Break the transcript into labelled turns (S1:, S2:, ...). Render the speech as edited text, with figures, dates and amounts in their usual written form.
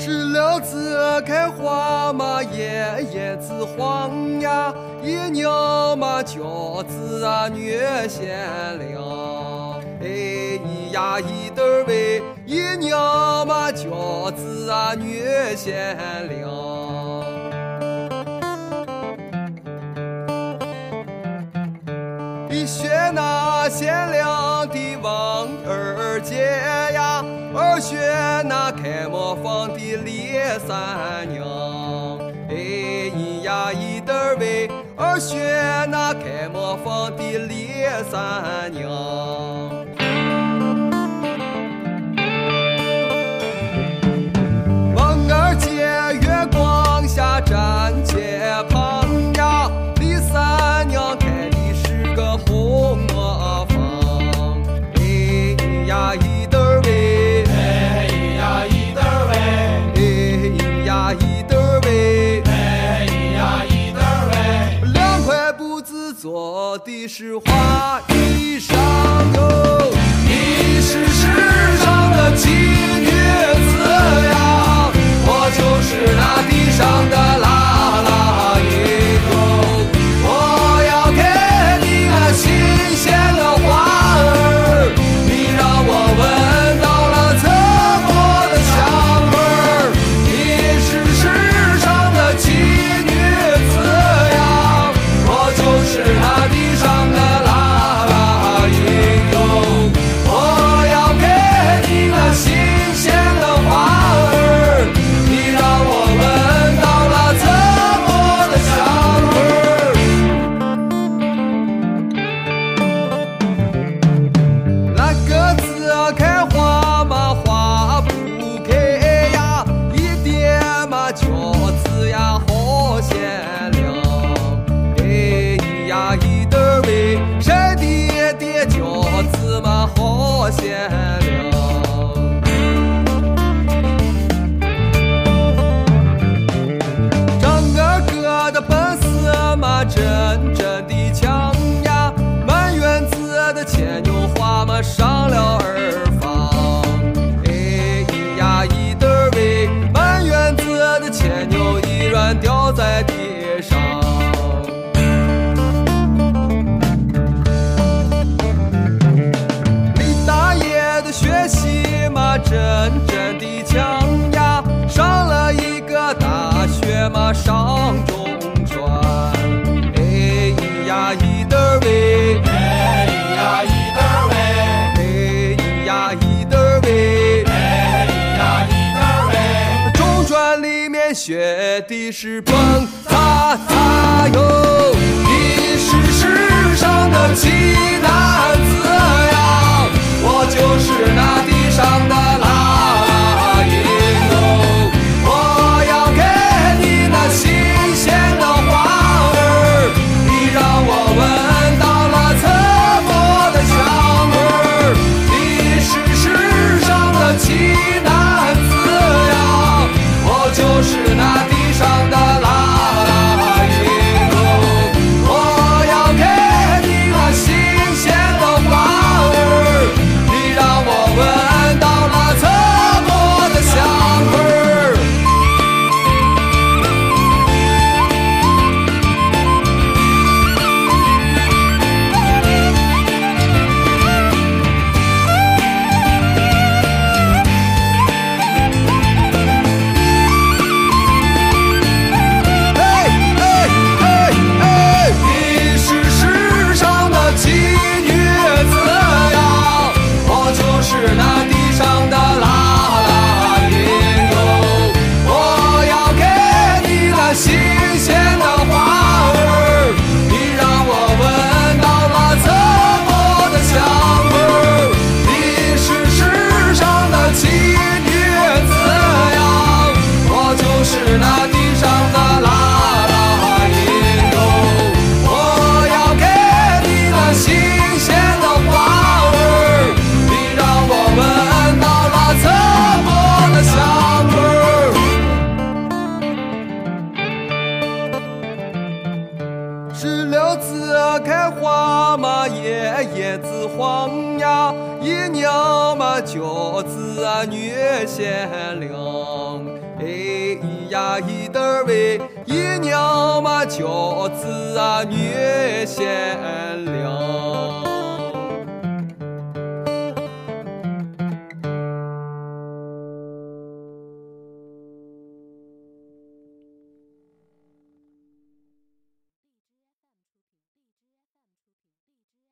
S1: 石榴子开花嘛，叶子黄呀，一娘嘛饺子啊女鲜亮。哎咿呀一豆儿喂，一娘嘛饺子啊女鲜亮。一学那鲜亮的王二姐呀，二学那开磨坊的李三娘。哎咿呀一豆儿喂，二学那开磨坊的李三娘。王二姐月光下站街旁呀，李三娘开的是个红磨坊。哎咿呀一豆儿喂，
S2: 哎咿呀一豆儿喂，
S1: 哎咿呀一豆儿喂，
S2: 哎咿呀一豆儿喂，
S1: 两块布子做的是花衣裳哟。你是世上的奇女子呀，我就是那地上的啦啦云哟。我要给你那新鲜的花儿，你让我闻到了侧国的香味儿。你是世上的奇女子呀，我就是那地上的啦啦云哟。我要给你那新鲜的花儿，你让我闻到了侧国的香味儿。那个子开花嘛，花不开呀，一点嘛饺子呀好鲜亮。哎咿呀一豆儿喂，晒的饺子嘛好鲜亮。张二哥的本事嘛真的强呀，满园子的牵牛花嘛上了二房。哎咿呀一豆儿喂，满园子的牵牛依然掉在地上。李大爷的学习嘛真的强呀，上了一个大学嘛上中专。哎咿呀一豆儿喂，
S2: 哎咿呀一豆儿喂，
S1: 哎咿呀一豆儿喂，
S2: 哎咿呀一豆儿喂，
S1: 中专里面学的是蹦擦擦哟。你是世上的奇男子呀，我就是那地上的啦啦云哟。我要给你那新鲜的花儿，你让我闻到了侧国的香味儿。你是世上的奇男子呀，我就是那地上的啦啦云哟。我要给你那新鲜的花儿，你让我闻到了侧国的香味儿。哎哎哎哎，你是世上的奇女子呀，我就是那地上的啦啦云哟。我要给你那新鲜的花儿，你让我闻到了侧国的香味儿。你是世上的奇女子呀，我就是那地上的啦啦云哟。我要给你那新鲜的花儿，你让我闻到了侧国的香味儿。石榴子开花嘛，叶子黄呀，一娘嘛饺子啊女鲜亮。 哎咿呀咿得喂，一娘嘛饺子啊女贤良。